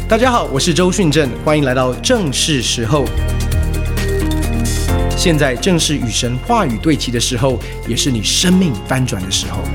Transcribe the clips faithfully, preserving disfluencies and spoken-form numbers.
大家好，我是周训正，欢迎来到正是时候。现在正是与神话语对齐的时候，也是你生命翻转的时候。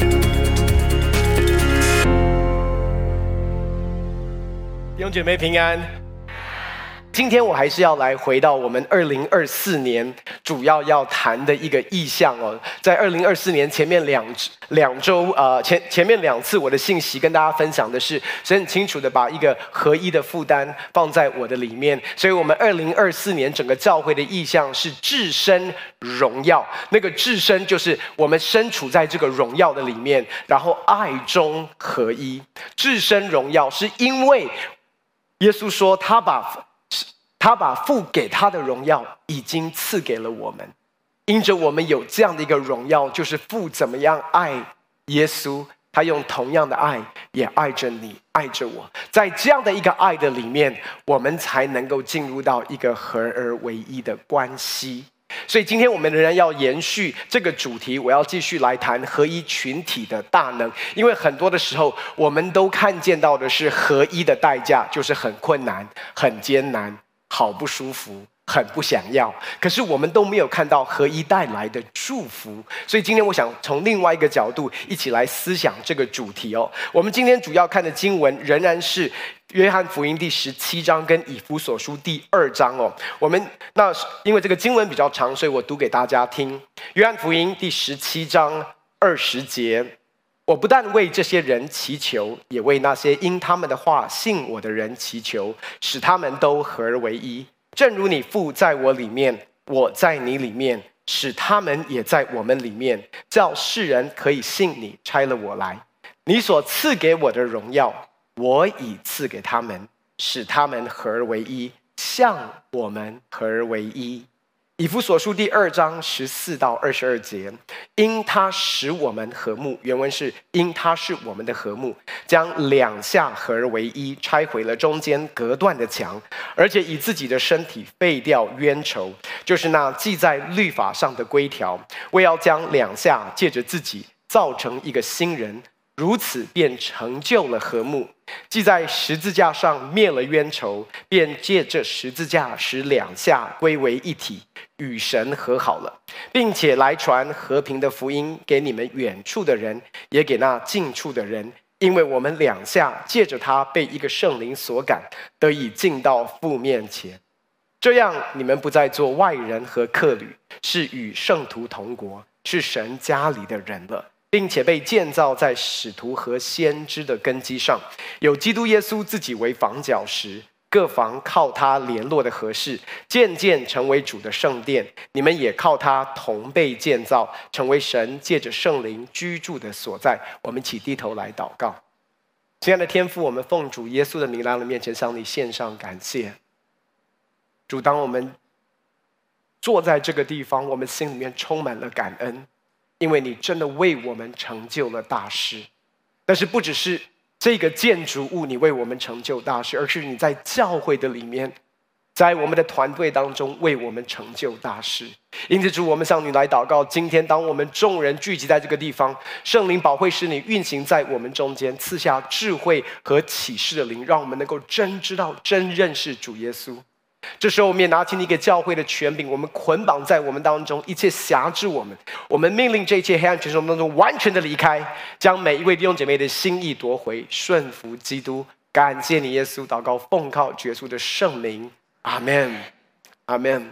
弟兄姐妹平安。今天我还是要来回到我们二零二四年主要要谈的一个意向哦。在二零二四年前面两两周，呃，前前面两次我的信息跟大家分享的是，神很清楚的把一个合一的负担放在我的里面，所以我们二零二四年整个教会的意向是至深荣耀。那个至深就是我们身处在这个荣耀的里面，然后爱中合一。至深荣耀是因为耶稣说他把他把父给他的荣耀已经赐给了我们，因着我们有这样的一个荣耀，就是父怎么样爱耶稣，他用同样的爱也爱着你，爱着我。在这样的一个爱的里面，我们才能够进入到一个合而为一的关系。所以今天我们仍然要延续这个主题，我要继续来谈合一群体的大能。因为很多的时候我们都看见到的是合一的代价，就是很困难，很艰难，好不舒服，很不想要，可是我们都没有看到合一带来的祝福。所以今天我想从另外一个角度一起来思想这个主题哦。我们今天主要看的经文仍然是约翰福音第十七章跟以弗所书第二章哦。我们那因为这个经文比较长，所以我读给大家听。约翰福音第十七章二十节，我不但为这些人祈求，也为那些因他们的话信我的人祈求，使他们都合而为一，正如你父在我里面，我在你里面，使他们也在我们里面，叫世人可以信你差了我来。你所赐给我的荣耀，我已赐给他们，使他们合而为一，像我们合而为一。以弗所书第二章十四到二十二节，因他使我们和睦，原文是因他是我们的和睦，将两下合而为一，拆毁了中间隔断的墙，而且以自己的身体废掉冤仇，就是那记在律法上的规条，为要将两下借着自己造成一个新人，如此便成就了和睦。既在十字架上灭了冤仇，便借着十字架使两下归为一体，与神和好了，并且来传和平的福音给你们远处的人，也给那近处的人。因为我们两下借着他被一个圣灵所感，得以进到父面前。这样你们不再做外人和客旅，是与圣徒同国，是神家里的人了，并且被建造在使徒和先知的根基上，有基督耶稣自己为房角石，各房靠他联络的合适，渐渐成为主的圣殿。你们也靠他同被建造，成为神借着圣灵居住的所在。我们一起低头来祷告。亲爱的天父，我们奉主耶稣的名来到面前，向你献上感谢。主，当我们坐在这个地方，我们心里面充满了感恩，因为你真的为我们成就了大事。但是不只是这个建筑物你为我们成就大事，而是你在教会的里面，在我们的团队当中为我们成就大事。因此主，我们向你来祷告，今天当我们众人聚集在这个地方，圣灵保惠师你运行在我们中间，赐下智慧和启示的灵，让我们能够真知道真认识主耶稣。这时候我们也拿起一个教会的权柄，我们捆绑在我们当中一切辖制我们，我们命令这一切黑暗权势当中完全的离开，将每一位弟兄姐妹的心意夺回，顺服基督。感谢你耶稣，祷告奉靠主耶稣的圣名，阿们，阿们。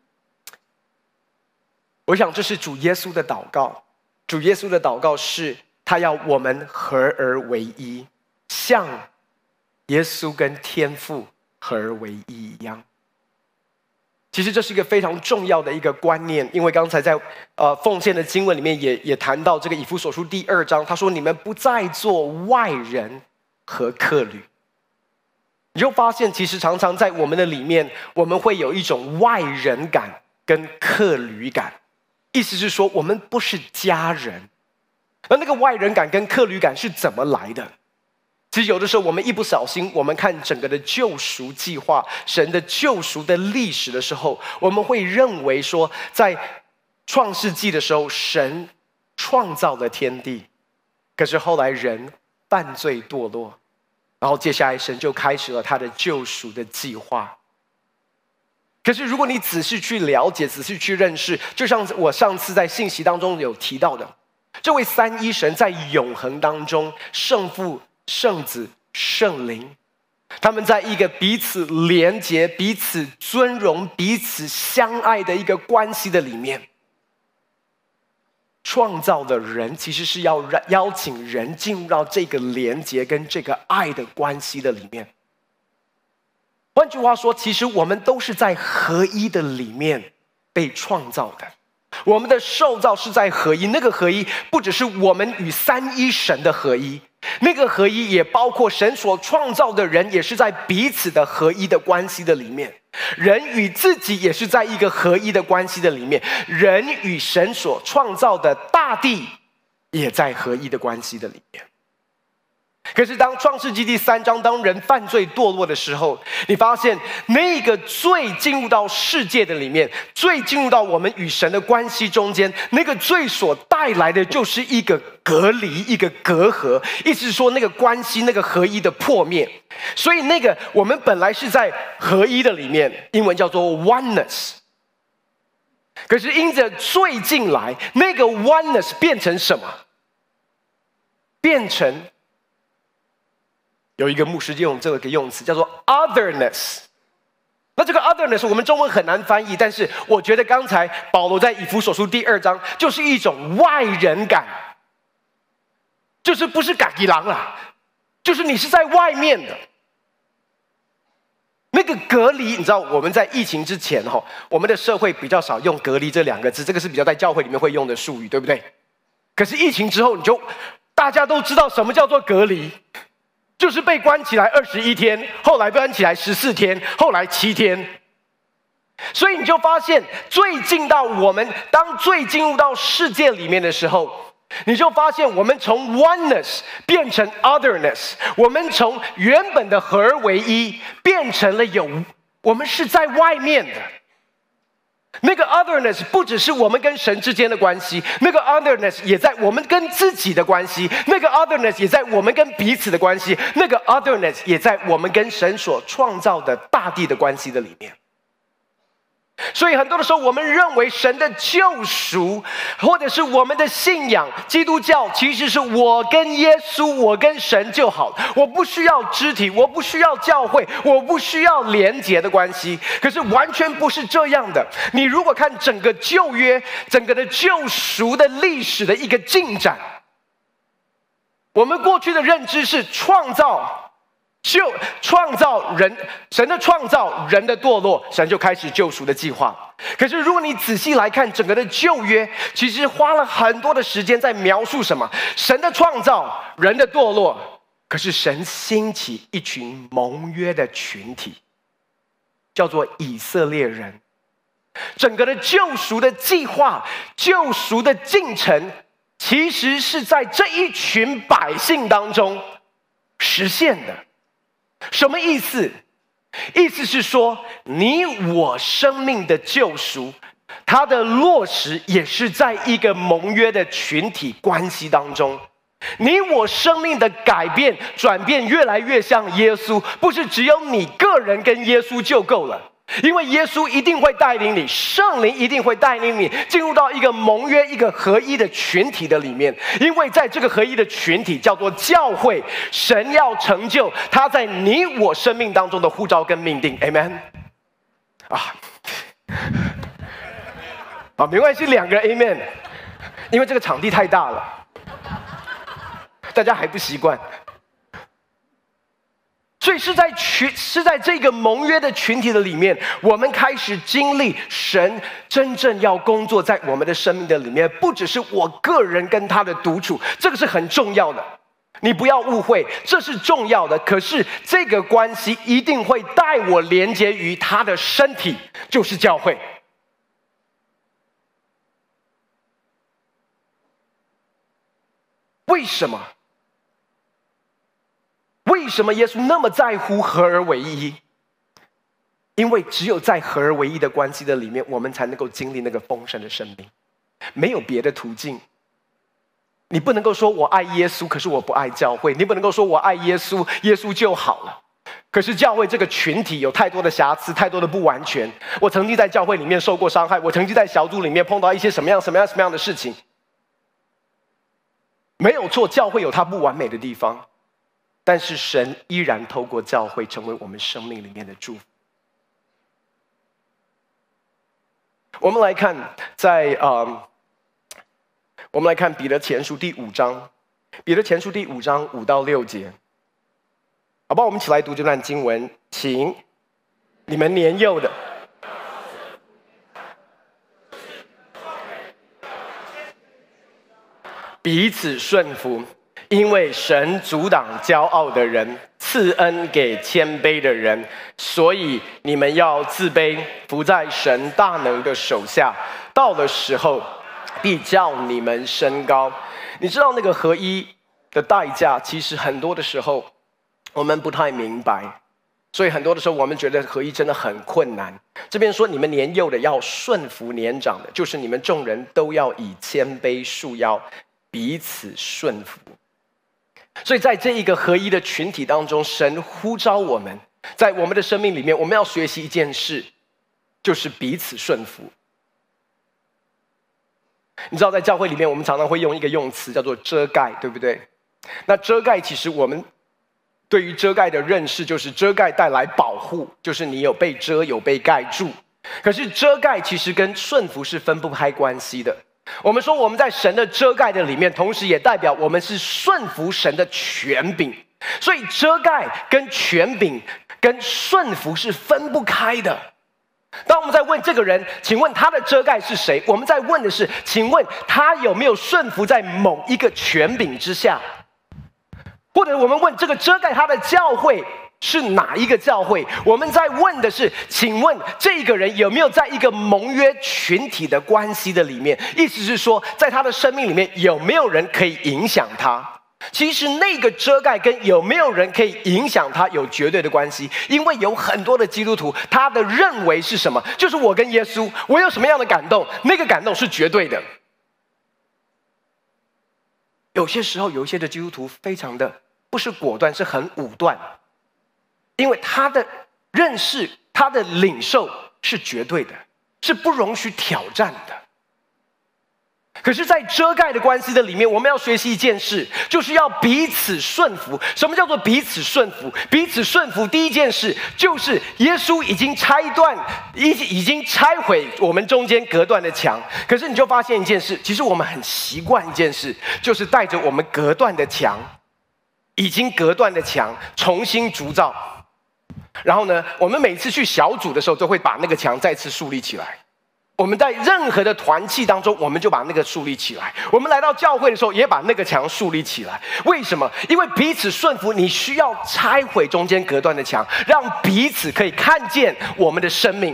我想这是主耶稣的祷告，主耶稣的祷告是他要我们合而为一，像耶稣跟天父合而为一一样。其实这是一个非常重要的一个观念，因为刚才在呃奉献的经文里面也也谈到这个以弗所书第二章，他说你们不再做外人和客旅。你就发现其实常常在我们的里面，我们会有一种外人感跟客旅感，意思是说我们不是家人。而那个外人感跟客旅感是怎么来的？其实有的时候我们一不小心，我们看整个的救赎计划，神的救赎的历史的时候，我们会认为说在创世纪的时候神创造了天地，可是后来人犯罪堕落， 然后接下来神就开始了他的救赎的计划。可是如果你仔细去了解，仔细去认识，就像我上次在信息当中有提到的，这位三一神在永恒当中，圣父、圣子、圣灵，他们在一个彼此连结、彼此尊荣、彼此相爱的一个关系的里面，创造的人其实是要邀请人进入到这个连结跟这个爱的关系的里面。换句话说，其实我们都是在合一的里面被创造的。我们的受造是在合一，那个合一不只是我们与三一神的合一，那个合一也包括神所创造的人也是在彼此的合一的关系的里面，人与自己也是在一个合一的关系的里面，人与神所创造的大地也在合一的关系的里面。可是当创世纪第三章，当人犯罪堕落的时候，你发现那个罪进入到世界的里面，罪进入到我们与神的关系中间，那个罪所带来的就是一个隔离，一个隔阂，意思是说那个关系，那个合一的破灭。所以那个我们本来是在合一的里面，英文叫做 oneness， 可是因着罪进来，那个 oneness 变成什么？变成有一个牧师用这个用词叫做 otherness。 那这个 otherness 我们中文很难翻译，但是我觉得刚才保罗在以弗所书第二章就是一种外人感，就是不是自己人啦，就是你是在外面的那个隔离。你知道我们在疫情之前我们的社会比较少用隔离这两个字，这个是比较在教会里面会用的术语，对不对？可是疫情之后，你就大家都知道什么叫做隔离，就是被关起来二十一天，后来被关起来十四天，后来七天。所以你就发现，罪进到我们，当罪进入到世界里面的时候，你就发现我们从 oneness 变成 otherness， 我们从原本的合而为一变成了有，我们是在外面的。那个 otherness 不只是我们跟神之间的关系，那个 otherness 也在我们跟自己的关系，那个 otherness 也在我们跟彼此的关系，那个 otherness 也在我们跟神所创造的大地的关系的里面。所以很多的时候我们认为神的救赎或者是我们的信仰，基督教其实是我跟耶稣，我跟神就好，我不需要肢体，我不需要教会，我不需要连结的关系。可是完全不是这样的。你如果看整个旧约，整个的救赎的历史的一个进展，我们过去的认知是创造就创造人，神的创造，人的堕落，神就开始救赎的计划。可是如果你仔细来看整个的旧约，其实花了很多的时间在描述什么？神的创造，人的堕落，可是神兴起一群盟约的群体，叫做以色列人。整个的救赎的计划，救赎的进程，其实是在这一群百姓当中实现的。什么意思？意思是说，你我生命的救赎，它的落实也是在一个盟约的群体关系当中。你我生命的改变、转变越来越像耶稣，不是只有你个人跟耶稣就够了。因为耶稣一定会带领你，圣灵一定会带领你进入到一个盟约、一个合一的群体的里面。因为在这个合一的群体叫做教会，神要成就他在你我生命当中的呼召跟命定。 Amen 啊，好，没关系，两个 Amen， 因为这个场地太大了，大家还不习惯。所以是在群是在这个盟约的群体的里面，我们开始经历神真正要工作在我们的生命的里面，不只是我个人跟他的独处，这个是很重要的，你不要误会，这是重要的。可是这个关系一定会带我连接于他的身体，就是教会。为什么？为什么耶稣那么在乎合而为一？因为只有在合而为一的关系的里面，我们才能够经历那个丰盛的生命，没有别的途径。 你不能够说我爱耶稣，可是我不爱教会；你不能够说我爱耶稣，耶稣就好了。可是教会这个群体有太多的瑕疵，太多的不完全。我曾经在教会里面受过伤害，我曾经在小组里面碰到一些什么样、什么样、什么样的事情。没有错，教会有它不完美的地方，但是神依然透过教会成为我们生命里面的祝福。我们来看在，在呃，我们来看彼得前书第五章，彼得前书第五章五到六节。好吧，我们一起来读这段经文，请你们年幼的，彼此顺服，因为神阻挡骄傲的人，赐恩给谦卑的人，所以你们要自卑，服在神大能的手下，到了时候必叫你们升高。你知道那个合一的代价，其实很多的时候我们不太明白，所以很多的时候我们觉得合一真的很困难。这边说你们年幼的要顺服年长的，就是你们众人都要以谦卑束腰，彼此顺服。所以在这一个合一的群体当中，神呼召我们，在我们的生命里面，我们要学习一件事，就是彼此顺服。你知道在教会里面，我们常常会用一个用词叫做遮盖，对不对？那遮盖其实我们对于遮盖的认识，就是遮盖带来保护，就是你有被遮，有被盖住。可是遮盖其实跟顺服是分不开关系的。我们说我们在神的遮盖的里面，同时也代表我们是顺服神的权柄。所以遮盖跟权柄跟顺服是分不开的。当我们在问这个人，请问他的遮盖是谁？我们在问的是，请问他有没有顺服在某一个权柄之下？或者我们问这个遮盖他的教会是哪一个教会？我们在问的是，请问这个人有没有在一个盟约群体的关系的里面？意思是说，在他的生命里面有没有人可以影响他？其实那个遮盖跟有没有人可以影响他有绝对的关系，因为有很多的基督徒，他的认为是什么？就是我跟耶稣，我有什么样的感动，那个感动是绝对的。有些时候，有一些的基督徒非常的不是果断，是很武断，因为他的认识、他的领受是绝对的，是不容许挑战的。可是在遮盖的关系的里面，我们要学习一件事，就是要彼此顺服。什么叫做彼此顺服？彼此顺服第一件事就是耶稣已经拆断已已经拆毁我们中间隔断的墙。可是你就发现一件事，其实我们很习惯一件事，就是带着我们隔断的墙，已经隔断的墙重新筑造。然后呢，我们每次去小组的时候，都会把那个墙再次树立起来。我们在任何的团契当中，我们就把那个树立起来。我们来到教会的时候，也把那个墙树立起来。为什么？因为彼此顺服，你需要拆毁中间隔断的墙，让彼此可以看见我们的生命。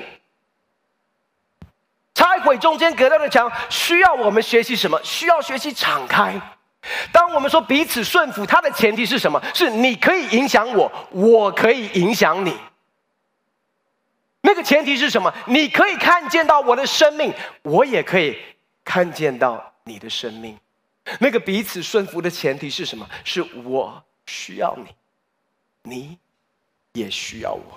拆毁中间隔断的墙，需要我们学习什么？需要学习敞开。当我们说彼此顺服，它的前提是什么？是你可以影响我，我可以影响你。那个前提是什么？你可以看见到我的生命，我也可以看见到你的生命。那个彼此顺服的前提是什么？是我需要你，你也需要我。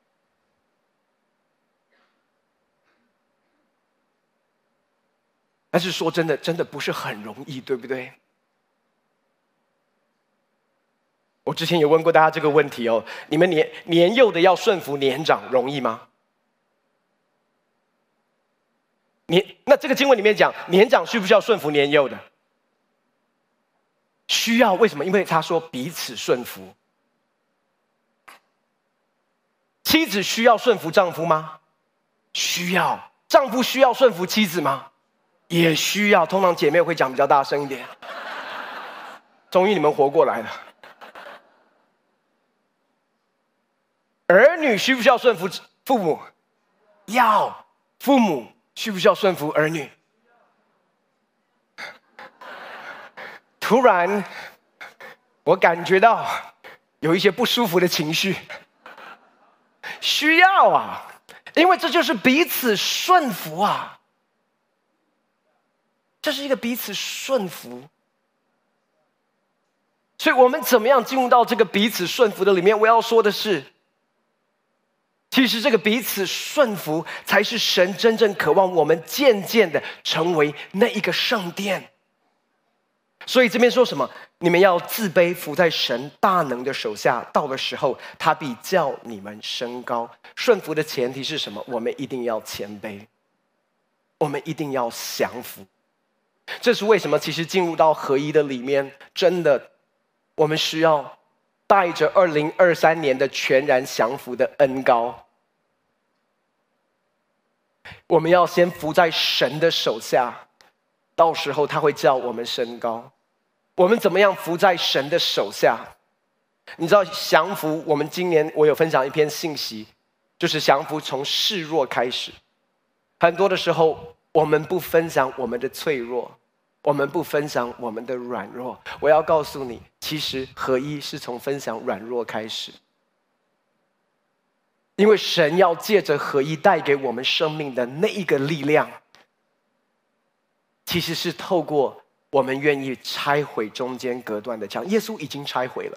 但是说真的，真的不是很容易，对不对？我之前也问过大家这个问题哦，你们年年幼的要顺服年长，容易吗？你那这个经文里面讲，年长需不需要顺服年幼的？需要。为什么？因为他说彼此顺服。妻子需要顺服丈夫吗？需要。丈夫需要顺服妻子吗？也需要。通常姐妹会讲比较大声一点。终于你们活过来了。儿女需不需要顺服父母？要。父母需不需要顺服儿女？突然，我感觉到有一些不舒服的情绪。需要啊，因为这就是彼此顺服啊。这是一个彼此顺服所以我们怎么样进入到这个彼此顺服的里面？我要说的是，其实这个彼此顺服才是神真正渴望我们渐渐的成为那一个圣殿。所以这边说什么？你们要自卑，服在神大能的手下，到的时候他必叫你们升高。顺服的前提是什么？我们一定要谦卑，我们一定要降服。这是为什么？其实进入到合一的里面，真的我们需要带着二零二三年的全然降服的恩膏。我们要先服在神的手下，到时候他会叫我们升高。我们怎么样服在神的手下？你知道降服，我们今年我有分享一篇信息，就是降服从示弱开始。很多的时候我们不分享我们的脆弱，我们不分享我们的软弱。我要告诉你，其实合一是从分享软弱开始。因为神要借着合一带给我们生命的那一个力量，其实是透过我们愿意拆毁中间隔断的墙。耶稣已经拆毁了，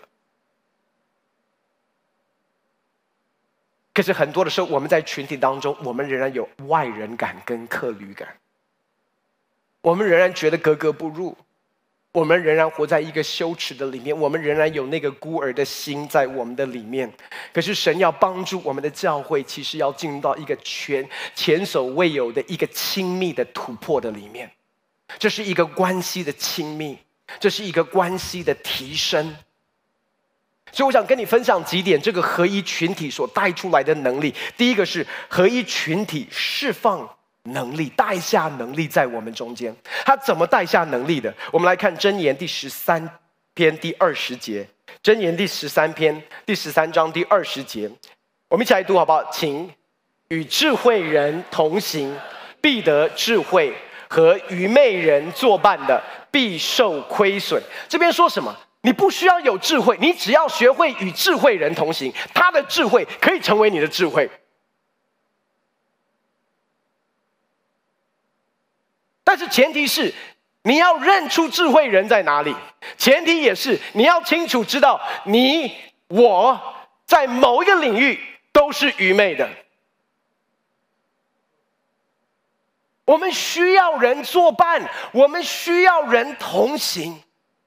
可是很多的时候我们在群体当中，我们仍然有外人感跟客旅感，我们仍然觉得格格不入，我们仍然活在一个羞耻的里面，我们仍然有那个孤儿的心在我们的里面。可是神要帮助我们的教会，其实要进入到一个全前所未有的一个亲密的突破的里面。这是一个关系的亲密，这是一个关系的提升。所以我想跟你分享几点这个合一群体所带出来的能力。第一个是合一群体释放能力，带下能力在我们中间。他怎么带下能力的？我们来看箴言第十三篇第二十节。箴言第十三篇第十三章第二十节，我们一起来读好不好？请。与智慧人同行，必得智慧；和愚昧人作伴的，必受亏损。这边说什么？你不需要有智慧，你只要学会与智慧人同行，他的智慧可以成为你的智慧。但是前提是你要认出智慧人在哪里，前提也是你要清楚知道你我在某一个领域都是愚昧的。我们需要人作伴，我们需要人同行。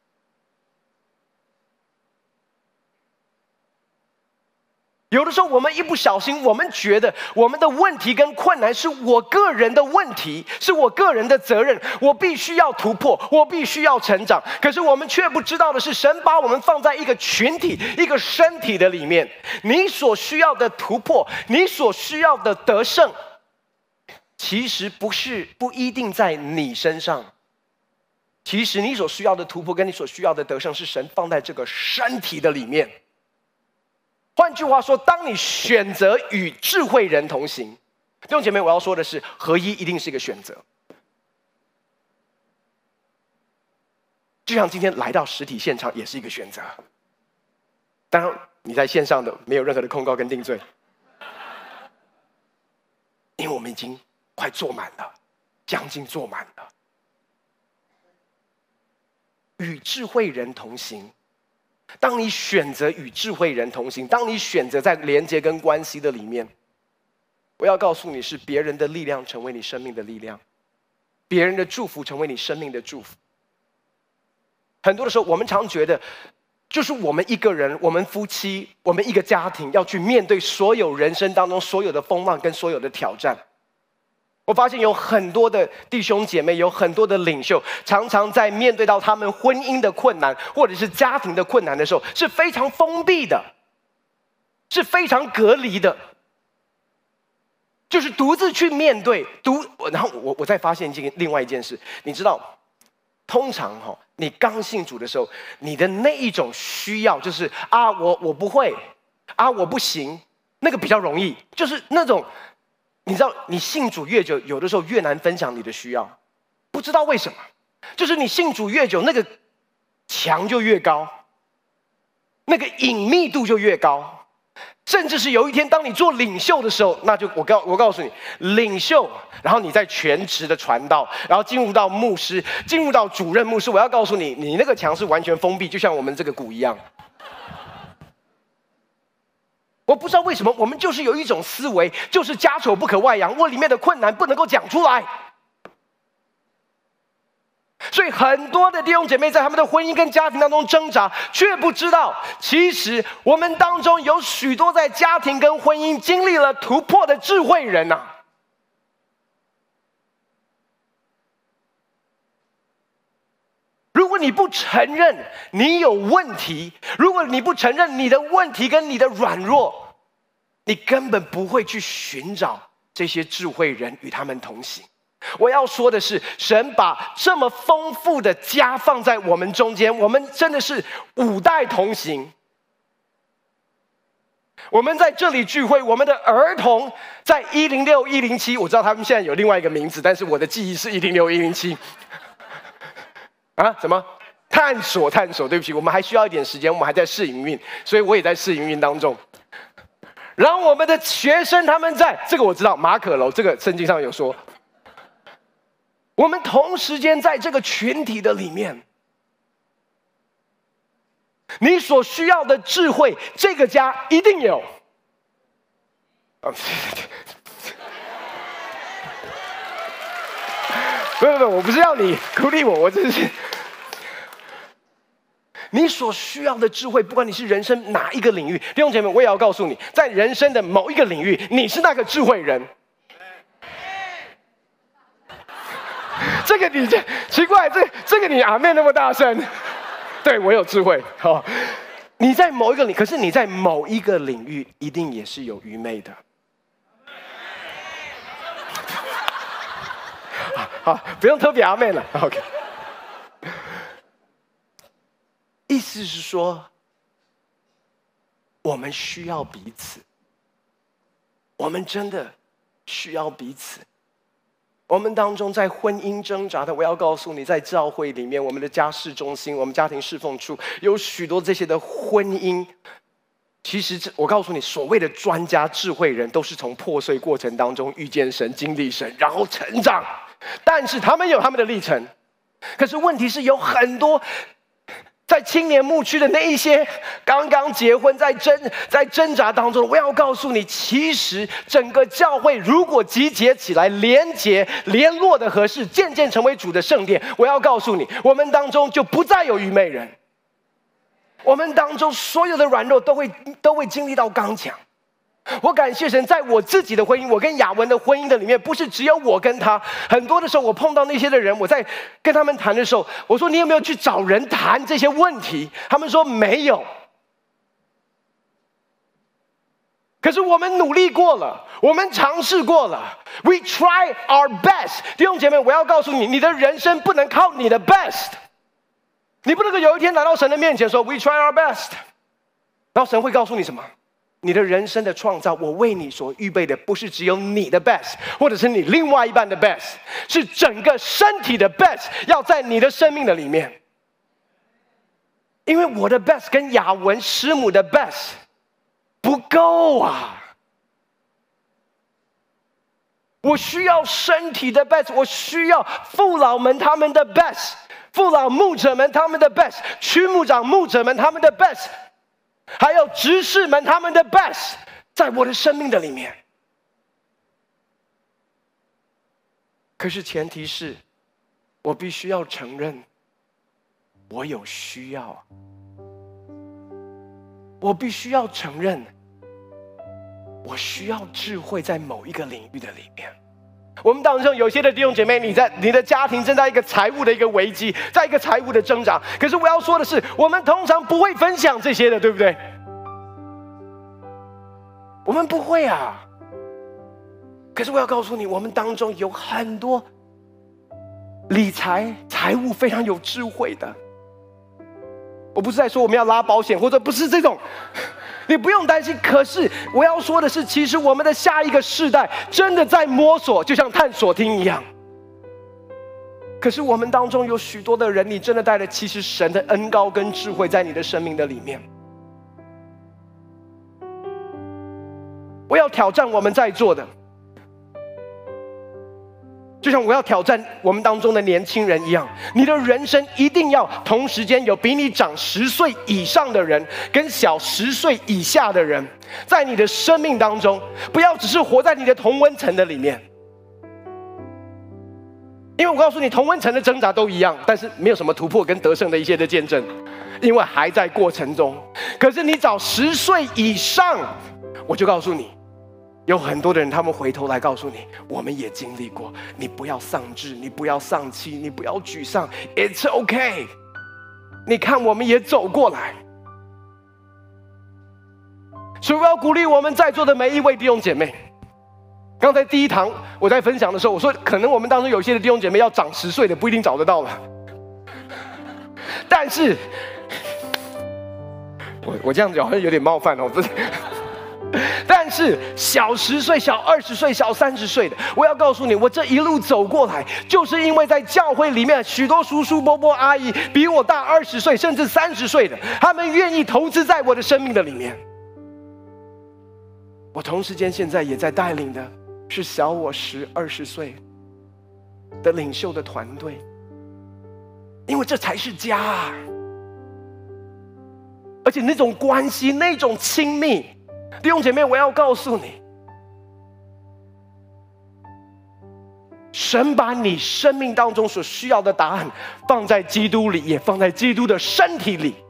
有的时候我们一不小心，我们觉得我们的问题跟困难是我个人的问题，是我个人的责任，我必须要突破，我必须要成长。可是我们却不知道的是，神把我们放在一个群体、一个身体的里面，你所需要的突破，你所需要的得胜，其实不是不一定在你身上。其实你所需要的突破跟你所需要的得胜，是神放在这个身体的里面。换句话说，当你选择与智慧人同行，弟兄姐妹，我要说的是，合一一定是一个选择。就像今天来到实体现场也是一个选择。当然，你在线上的没有任何的控告跟定罪，因为我们已经快坐满了，将近坐满了。与智慧人同行。当你选择与智慧人同行，当你选择在连接跟关系的里面，我要告诉你，是别人的力量成为你生命的力量，别人的祝福成为你生命的祝福。很多的时候我们常觉得就是我们一个人，我们夫妻，我们一个家庭要去面对所有人生当中所有的风浪跟所有的挑战。我发现有很多的弟兄姐妹，有很多的领袖，常常在面对到他们婚姻的困难或者是家庭的困难的时候，是非常封闭的，是非常隔离的，就是独自去面对。独然后我我再发现一件另外一件事，你知道，通常哈、哦，你刚信主的时候，你的那一种需要就是啊，我我不会，啊我不行，那个比较容易，就是那种。你知道，你信主越久，有的时候越难分享你的需要，不知道为什么，就是你信主越久，那个墙就越高，那个隐秘度就越高。 甚至是有一天当你做领袖的时候，那就我告我告诉你，领袖，然后你在全职的传道，然后进入到牧师，进入到主任牧师，我要告诉你，你那个墙是完全封闭，就像我们这个鼓一样。我不知道为什么，我们就是有一种思维，就是家丑不可外扬，我里面的困难不能够讲出来。所以很多的弟兄姐妹在他们的婚姻跟家庭当中挣扎，却不知道，其实我们当中有许多在家庭跟婚姻经历了突破的智慧人啊。如果你不承认你有问题，如果你不承认你的问题跟你的软弱，你根本不会去寻找这些智慧人与他们同行。我要说的是，神把这么丰富的家放在我们中间，我们真的是五代同行。我们在这里聚会，我们的儿童在一零六、一零七，我知道他们现在有另外一个名字，但是我的记忆是一零六、一零七。啊？什么？探索，探索。对不起，我们还需要一点时间，我们还在试营运，所以我也在试营运当中。然后我们的学生他们在这个我知道马可楼，这个圣经上有说。我们同时间在这个群体的里面，你所需要的智慧，这个家一定有。不不不，我不是要你鼓励我，我只是你所需要的智慧，不管你是人生哪一个领域，弟兄姐妹，我也要告诉你，在人生的某一个领域，你是那个智慧人。这个你这奇怪，这这个你阿妹那么大声，对我有智慧。好、哦，你在某一个领，可是你在某一个领域一定也是有愚昧的。好，好不用特别阿妹了。OK， 意思是说，我们需要彼此，我们真的需要彼此。我们当中在婚姻挣扎的，我要告诉你，在教会里面，我们的家事中心，我们家庭侍奉处，有许多这些的婚姻。其实我告诉你，所谓的专家、智慧人，都是从破碎过程当中遇见神、经历神，然后成长。但是他们有他们的历程，可是问题是有很多在青年牧区的那一些刚刚结婚在挣在挣扎当中，我要告诉你，其实整个教会如果集结起来，连结联络的合适，渐渐成为主的圣殿，我要告诉你，我们当中就不再有愚昧人，我们当中所有的软弱都会都会经历到刚强。我感谢神，在我自己的婚姻，我跟雅文的婚姻的里面，不是只有我跟他。很多的时候，我碰到那些的人，我在跟他们谈的时候，我说：“你有没有去找人谈这些问题？”他们说没有。可是我们努力过了，我们尝试过了 ，We try our best。弟兄姐妹，我要告诉你，你的人生不能靠你的 best， 你不能够有一天来到神的面前说 “We try our best”， 然后神会告诉你什么？你的人生的创造，我为你所预备的，不是只有你的 best， 或者是你另外一半的 best， 是整个身体的 best， 要在你的生命的里面。因为我的 best 跟雅文师母的 best 不够啊，我需要身体的 best， 我需要父老们他们的 best， 父老牧者们他们的 best， 区牧长牧者们他们的 best。还有执事们他们的 best 在我的生命的里面，可是前提是我必须要承认我有需要，我必须要承认我需要智慧在某一个领域的里面。我们当中有些的弟兄姐妹，你在你的家庭正在一个财务的一个危机，在一个财务的挣扎。可是我要说的是，我们通常不会分享这些的，对不对？我们不会啊。可是我要告诉你，我们当中有很多理财、财务非常有智慧的。我不是在说我们要拉保险，或者不是这种。你不用担心，可是我要说的是，其实我们的下一个世代真的在摸索，就像探索厅一样。可是我们当中有许多的人，你真的带了其实神的恩膏跟智慧在你的生命的里面。 我要挑战我们在座的，就像我要挑战我们当中的年轻人一样，你的人生一定要同时间有比你长十岁以上的人跟小十岁以下的人，在你的生命当中，不要只是活在你的同温层的里面。因为我告诉你，同温层的挣扎都一样，但是没有什么突破跟得胜的一些的见证，因为还在过程中。可是你找十岁以上，我就告诉你，有很多的人，他们回头来告诉你，我们也经历过。你不要丧志，你不要丧气，你不要沮丧 ，It's okay。你看，我们也走过来。所以我要鼓励我们在座的每一位弟兄姐妹。刚才第一堂我在分享的时候，我说可能我们当中有些的弟兄姐妹要长十岁的不一定找得到了，但是我我这样子好像有点冒犯哦，不是。但是小十岁、小二十岁、小三十岁的，我要告诉你，我这一路走过来，就是因为在教会里面，许多叔叔伯伯阿姨比我大二十岁甚至三十岁的，他们愿意投资在我的生命的里面。我同时间现在也在带领的是小我十二十岁的领袖的团队，因为这才是家啊！而且那种关系、那种亲密，弟兄姐妹，我要告诉你，神把你生命当中所需要的答案放在基督里，也放在基督的身体里。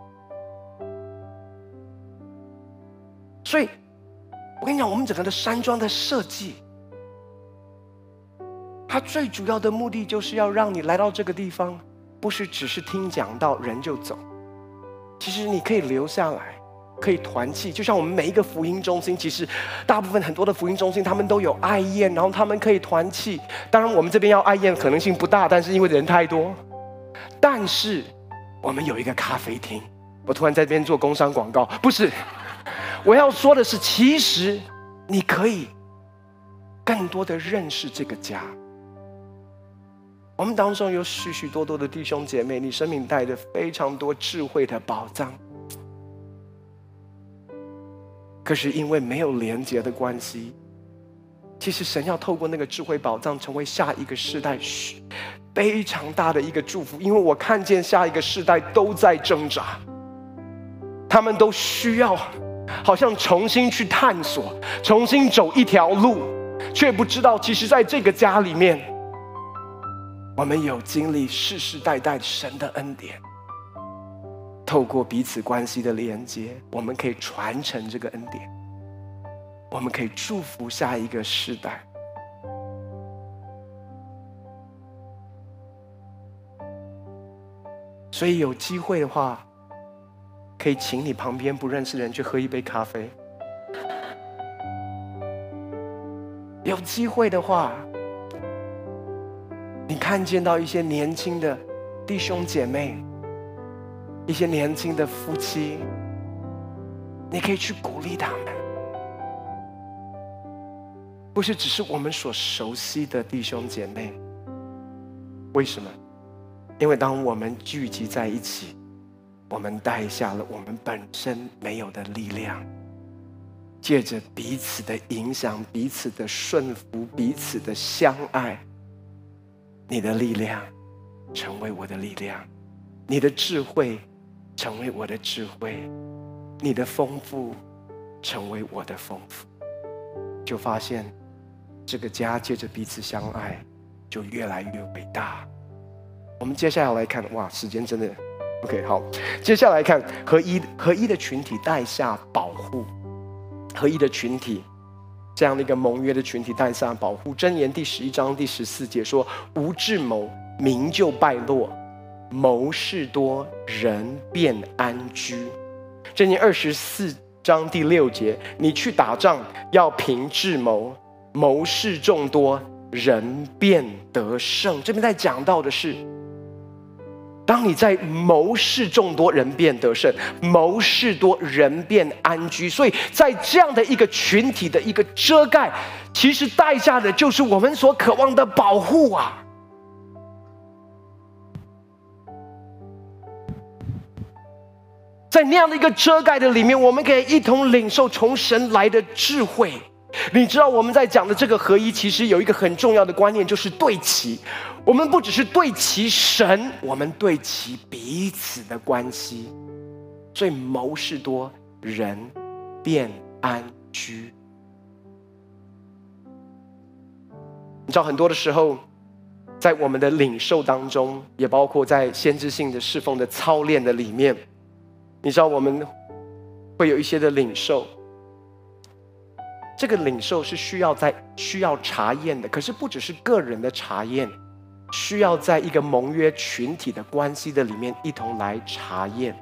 所以我跟你讲，我们整个的山庄的设计，它最主要的目的就是要让你来到这个地方，不是只是听讲道人就走，其实你可以留下来，可以团契。就像我们每一个福音中心，其实大部分很多的福音中心他们都有爱宴，然后他们可以团契。当然我们这边要爱宴可能性不大，但是因为人太多。但是我们有一个咖啡厅，我突然在这边做工商广告，不是，我要说的是，其实你可以更多的认识这个家。我们当中有许许多多的弟兄姐妹，你生命带着非常多智慧的宝藏，可是因为没有连结的关系，其实神要透过那个智慧宝藏成为下一个世代非常大的一个祝福。因为我看见下一个世代都在挣扎，他们都需要好像重新去探索，重新走一条路，却不知道其实在这个家里面，我们有经历世世代代神的恩典，透过彼此关系的连接，我们可以传承这个恩典，我们可以祝福下一个世代。所以有机会的话，可以请你旁边不认识的人去喝一杯咖啡。有机会的话，你看见到一些年轻的弟兄姐妹，一些年轻的夫妻，你可以去鼓励他们，不是只是我们所熟悉的弟兄姐妹。为什么？因为当我们聚集在一起，我们带下了我们本身没有的力量，借着彼此的影响，彼此的顺服，彼此的相爱，你的力量成为我的力量，你的智慧成为我的智慧，你的丰富成为我的丰富，就发现这个家借着彼此相爱就越来越伟大。我们接下来来看，哇，时间真的 OK 好，接下来看合一合一的群体带下保护，合一的群体这样的一个盟约的群体带下保护。箴言第十一章第十四节说：无智谋，民就败落；谋事多，人便安居。箴言二十四章第六节：你去打仗要凭智谋，谋事众多，人便得胜。这边在讲到的是，当你在谋事众多，人便得胜；谋事多，人便安居。所以在这样的一个群体的一个遮盖，其实带下的就是我们所渴望的保护啊。 在那样的一个遮盖的里面，我们可以一同领受从神来的智慧。你知道我们在讲的这个合一，其实有一个很重要的观念，就是对齐。我们不只是对齐神，我们对齐彼此的关系。所以谋士多，人便安居。你知道很多的时候，在我们的领受当中，也包括在先知性的侍奉的操练的里面，你知道我们会有一些的领受，这个领受是需要在需要查验的，可是不只是个人的查验，需要在一个盟约群体的关系的里面一同来查验。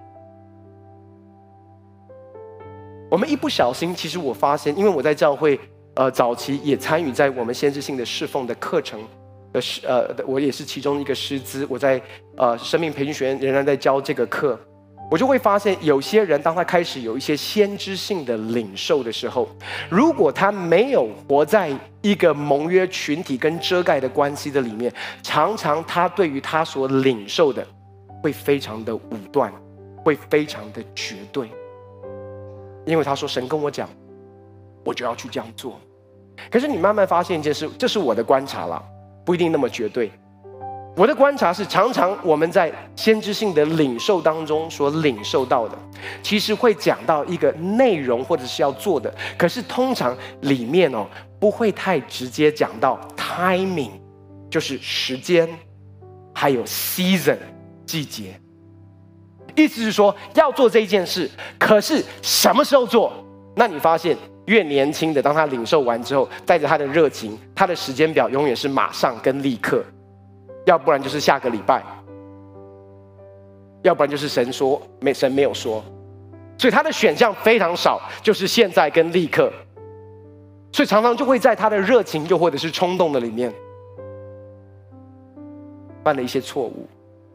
我们一不小心，其实我发现，因为我在教会呃早期也参与在我们先知性的侍奉的课程的呃，我也是其中一个师资，我在呃生命培训学院仍然在教这个课。我就会发现，有些人当他开始有一些先知性的领受的时候，如果他没有活在一个盟约群体跟遮盖的关系的里面，常常他对于他所领受的会非常的武断，会非常的绝对，因为他说神跟我讲，我就要去这样做。可是你慢慢发现一件事，这是我的观察啦，不一定那么绝对。我的观察是，常常我们在先知性的领受当中所领受到的，其实会讲到一个内容或者是要做的，可是通常里面哦不会太直接讲到 timing， 就是时间，还有 season 季节。意思是说要做这一件事，可是什么时候做？那你发现越年轻的，当他领受完之后，带着他的热情，他的时间表永远是马上跟立刻。要不然就是下个礼拜，要不然就是神说没神没有说，所以他的选项非常少，就是现在跟立刻，所以常常就会在他的热情又或者是冲动的里面犯了一些错误。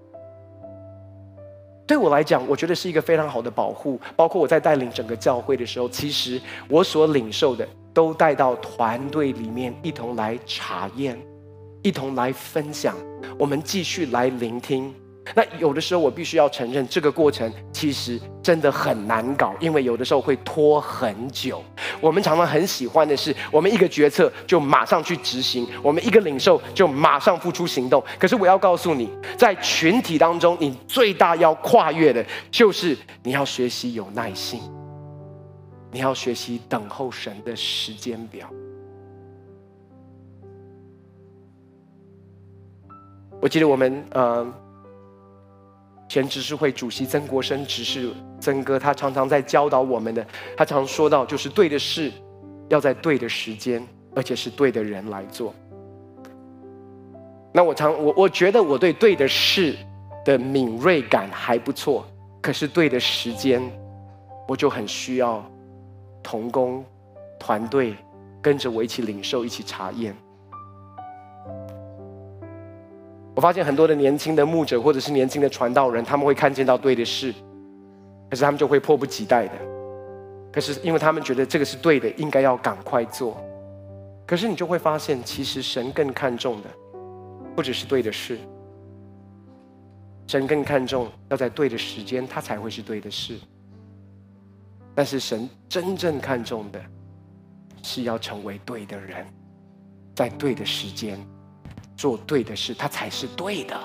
对我来讲，我觉得是一个非常好的保护。包括我在带领整个教会的时候，其实我所领受的都带到团队里面一同来查验，一同来分享，我们继续来聆听。那有的时候我必须要承认，这个过程其实真的很难搞，因为有的时候会拖很久。我们常常很喜欢的是，我们一个决策就马上去执行，我们一个领受就马上付出行动。可是我要告诉你，在群体当中，你最大要跨越的就是你要学习有耐性，你要学习等候神的时间表。我记得我们呃前执事会主席曾国生执事曾哥，他常常在教导我们的，他常说到，就是对的事要在对的时间，而且是对的人来做。那我常我我觉得我对对的事的敏锐感还不错，可是对的时间，我就很需要同工团队跟着我一起领受，一起查验。我发现很多的年轻的牧者或者是年轻的传道人，他们会看见到对的事，可是他们就会迫不及待的，可是因为他们觉得这个是对的，应该要赶快做。可是你就会发现，其实神更看重的不只是对的事，神更看重要在对的时间，它才会是对的事。但是神真正看重的是要成为对的人，在对的时间做对的事，它才是对的。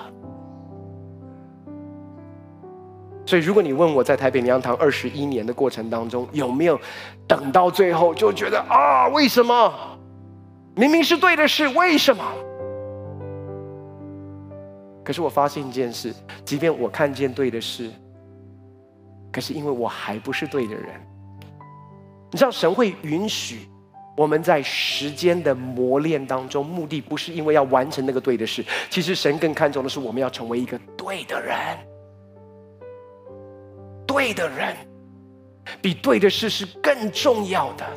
所以如果你问我在台北灵粮堂二十一年的过程当中，有没有等到最后就觉得啊，为什么明明是对的事，为什么？可是我发现一件事，即便我看见对的事，可是因为我还不是对的人。你知道神会允许我们在时间的磨练当中，目的不是因为要完成那个对的事，其实神更看重的是我们要成为一个对的人。对的人比对的事是更重要的。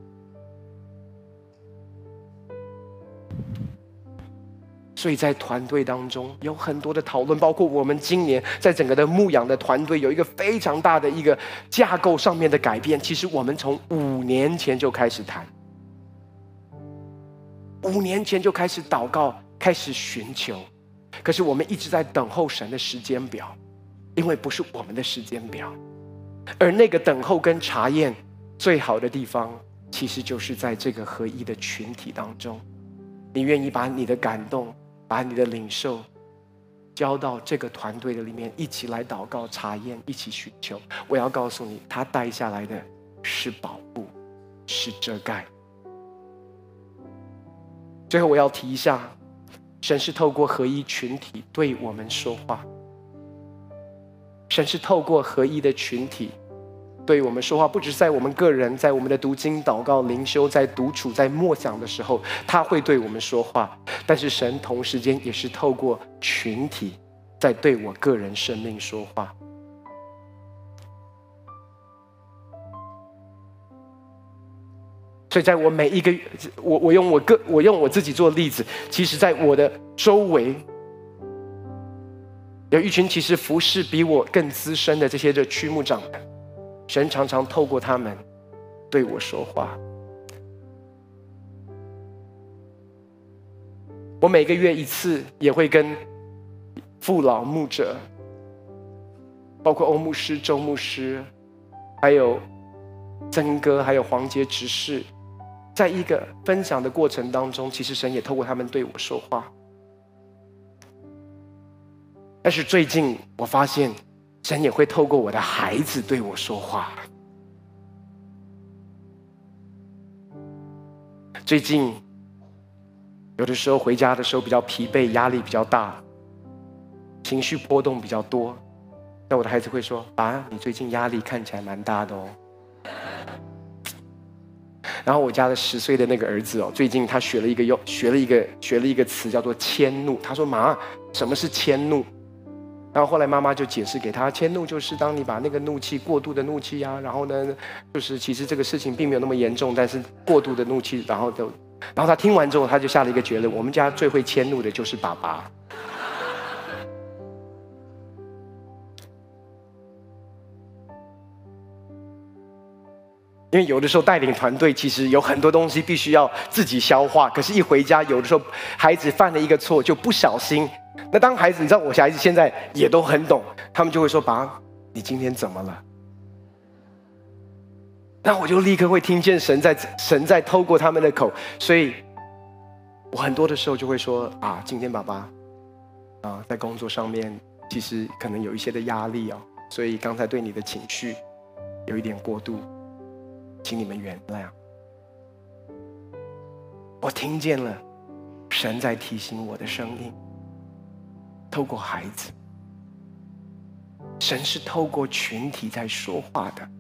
所以在团队当中有很多的讨论，包括我们今年在整个的牧养的团队有一个非常大的一个架构上面的改变。其实我们从五年前就开始谈，五年前就开始祷告，开始寻求，可是我们一直在等候神的时间表，因为不是我们的时间表， 而那个等候跟查验最好的地方，其实就是在这个合一的群体当中。你愿意把你的感动，把你的领受交到这个团队的里面，一起来祷告查验，一起寻求。我要告诉你，他带下来的是保护，是遮盖。最后我要提一下，神是透过合一群体对我们说话。神是透过合一的群体对我们说话，不只在我们个人，在我们的读经、祷告、灵修，在独处、在默想的时候，他会对我们说话。但是神同时间也是透过群体在对我个人生命说话。所以在我每一个我我用我个我用我自己做例子，其实在我的周围有一群其实服侍比我更资深的这些的区牧长们，神常常透过他们对我说话。我每个月一次也会跟父老牧者，包括欧牧师、周牧师，还有曾哥，还有黄杰执事，在一个分享的过程当中，其实神也透过他们对我说话。但是最近我发现，神也会透过我的孩子对我说话。最近有的时候回家的时候比较疲惫，压力比较大，情绪波动比较多，那我的孩子会说：“爸，你最近压力看起来蛮大的哦。”然后我家的十岁的那个儿子哦，最近他学了一个用学了一个学了一个词叫做迁怒。他说：“妈，什么是迁怒？”然后后来妈妈就解释给他，迁怒就是当你把那个怒气过度的怒气啊，然后呢，就是其实这个事情并没有那么严重，但是过度的怒气，然后就，然后他听完之后，他就下了一个结论：我们家最会迁怒的就是爸爸。因为有的时候带领团队，其实有很多东西必须要自己消化。可是，一回家，有的时候孩子犯了一个错，就不小心。那当孩子，你知道，我小孩子现在也都很懂，他们就会说：“爸，你今天怎么了？”那我就立刻会听见神在神在透过他们的口，所以我很多的时候就会说：“啊，今天爸爸啊，在工作上面其实可能有一些的压力哦，所以刚才对你的情绪有一点过度。”请你们原谅。我听见了神在提醒我的声音，透过孩子，神是透过群体在说话的。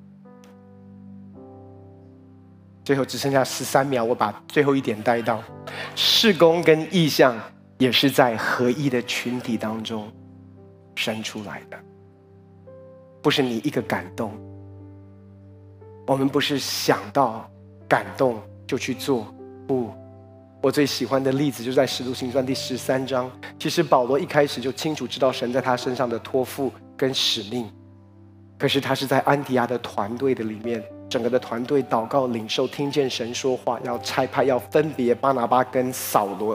最后只剩下十三秒，我把最后一点带到，事工跟意象也是在合一的群体当中生出来的，不是你一个感动。我们不是想到感动就去做，不，我最喜欢的例子就在使徒行传第十三章。其实保罗一开始就清楚知道神在他身上的托付跟使命，可是他是在安提阿的团队的里面，整个的团队祷告领受，听见神说话，要差派，要分别巴拿巴跟扫罗，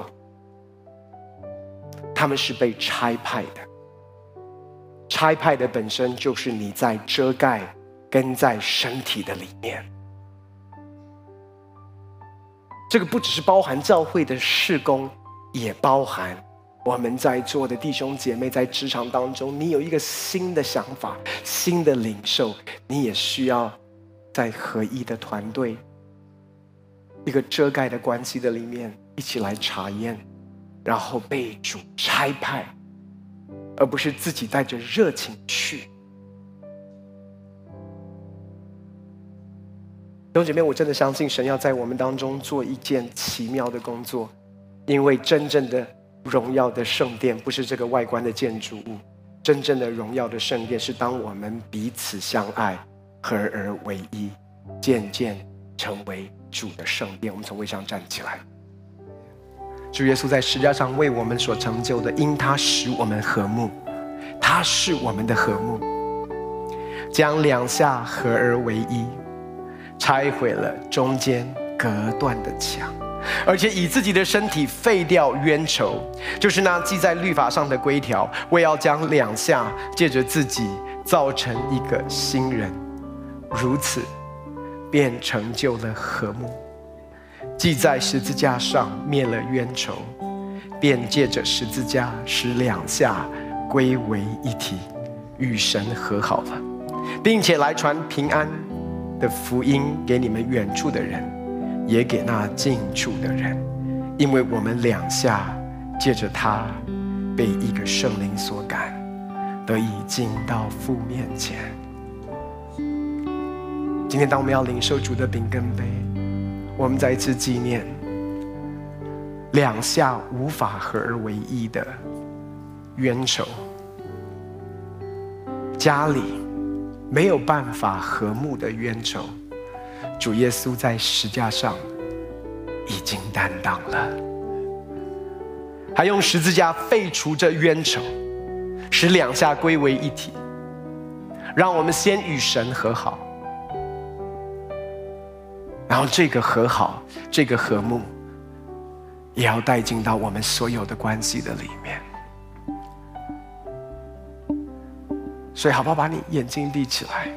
他们是被差派的。差派的本身就是你在遮盖跟在身体的里面，这个不只是包含教会的事工，也包含我们在座的弟兄姐妹在职场当中，你有一个新的想法、新的领受，你也需要在合一的团队、一个遮盖的关系的里面一起来查验，然后被主差派，而不是自己带着热情去。弟兄姐妹，我真的相信神要在我们当中做一件奇妙的工作，因为真正的荣耀的圣殿不是这个外观的建筑物，真正的荣耀的圣殿是当我们彼此相爱，合而为一，渐渐成为主的圣殿。我们从位上站起来。主耶稣在十字架上为我们所成就的，因他使我们和睦，他是我们的和睦，将两下合而为一，拆毁了中间隔断的墙，而且以自己的身体废掉冤仇，就是那记在律法上的规条，为要将两下借着自己造成一个新人，如此便成就了和睦。既在十字架上灭了冤仇，便借着十字架使两下归为一体，与神和好了，并且来传平安的福音给你们远处的人，也给那近处的人，因为我们两下借着他被一个圣灵所感，得以进到父面前。今天当我们要领受主的饼跟杯，我们再一次纪念两下无法合而为一的冤仇，家里没有办法和睦的冤仇，主耶稣在十字架上已经担当了，还用十字架废除这冤仇，使两下归为一体，让我们先与神和好，然后这个和好，这个和睦也要带进到我们所有的关系的里面。所以好不好把你眼睛闭起来？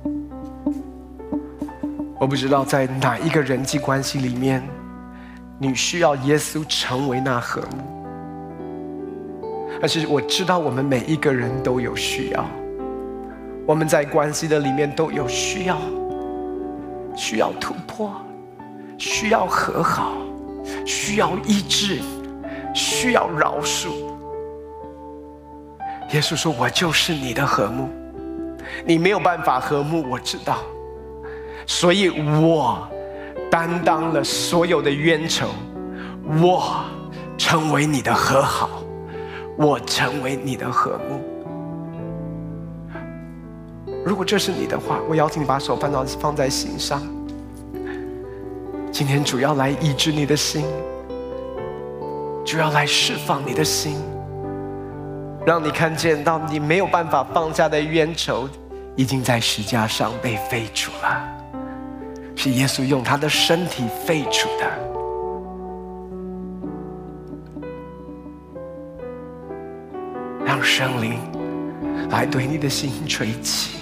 我不知道在哪一个人际关系里面，你需要耶稣成为那和睦，但是我知道我们每一个人都有需要，我们在关系的里面都有需要，需要突破，需要和好，需要医治，需要饶恕。耶稣说，我就是你的和睦，你没有办法和睦，我知道，所以我担当了所有的冤仇，我成为你的和好，我成为你的和睦。如果这是你的话，我邀请你把手放到放在心上。今天主要来医治你的心，主要来释放你的心，让你看见到你没有办法放下的冤仇，已经在十字架上被废除了，是耶稣用他的身体废除的。让圣灵来对你的心吹气，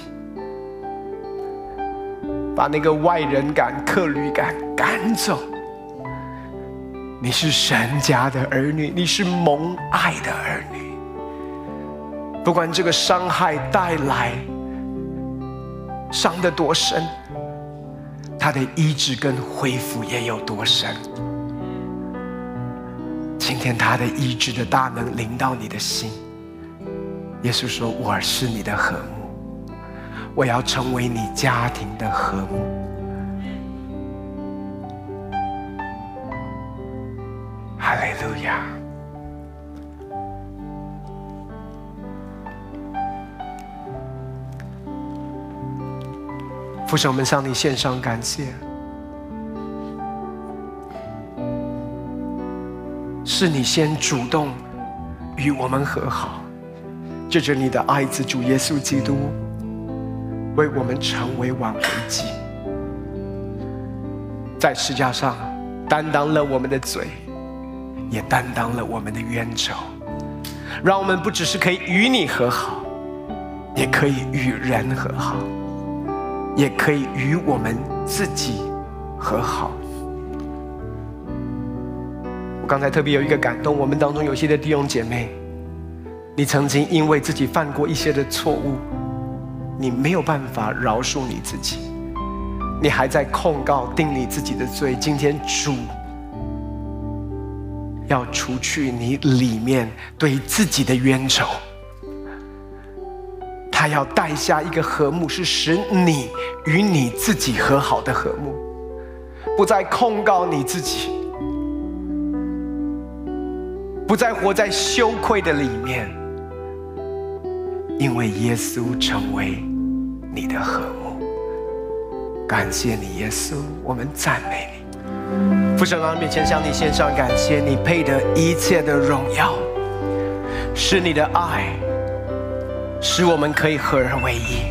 把那个外人感、客旅感赶走。你是神家的儿女，你是蒙爱的儿女。不管这个伤害带来伤得多深，他的医治跟恢复也有多深。今天他的医治的大能临到你的心。耶稣说，我是你的和睦，我要成为你家庭的和睦。哈利路亚。父神，我们向你献上感谢，是你先主动与我们和好，借着你的爱子主耶稣基督为我们成为挽回祭，在十字架上担当了我们的罪，也担当了我们的冤仇，让我们不只是可以与你和好，也可以与人和好，也可以与我们自己和好。我刚才特别有一个感动，我们当中有些的弟兄姐妹，你曾经因为自己犯过一些的错误，你没有办法饶恕你自己，你还在控告定你自己的罪。今天主要除去你里面对自己的冤仇，他要带下一个和睦，是使你与你自己和好的和睦，不再控告你自己，不再活在羞愧的里面，因为耶稣成为你的和睦。感谢你耶稣，我们赞美你。父神，来到面前向你献上感谢，你配得一切的荣耀，是你的爱使我们可以合而为一，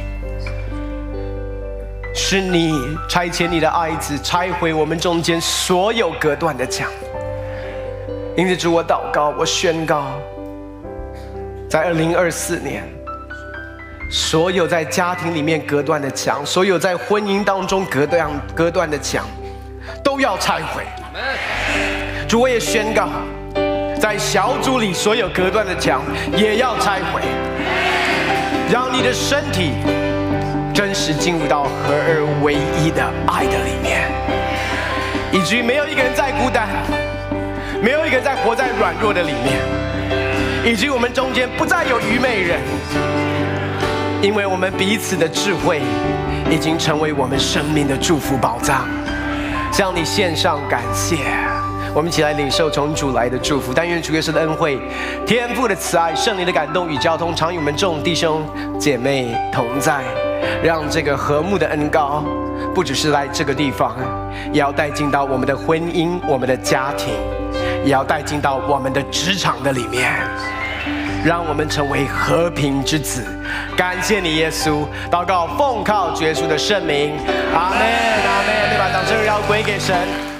是你差遣你的爱子拆毁我们中间所有隔断的墙。因此主，我祷告，我宣告，在二零二四年， 所有在家庭里面隔断的墙，所有在婚姻当中隔断隔断的墙，都要拆毁。主，我也宣告，在小组里所有隔断的墙也要拆毁，让你的身体真实进入到合而为一的爱的里面，以至于没有一个人再孤单，没有一个人再活在软弱的里面，以至于我们中间不再有愚昧人，因为我们彼此的智慧已经成为我们生命的祝福宝藏。向你献上感谢，我们一起来领受从主来的祝福。但愿主耶稣的恩惠、天父的慈爱、圣灵的感动与交通，常与我们众弟兄姐妹同在，让这个和睦的恩膏不只是在这个地方，也要带进到我们的婚姻、我们的家庭，也要带进到我们的职场的里面，让我们成为和平之子。感谢你耶稣，祷告奉靠主耶稣的圣名，阿们，阿们。那把掌声要归给神。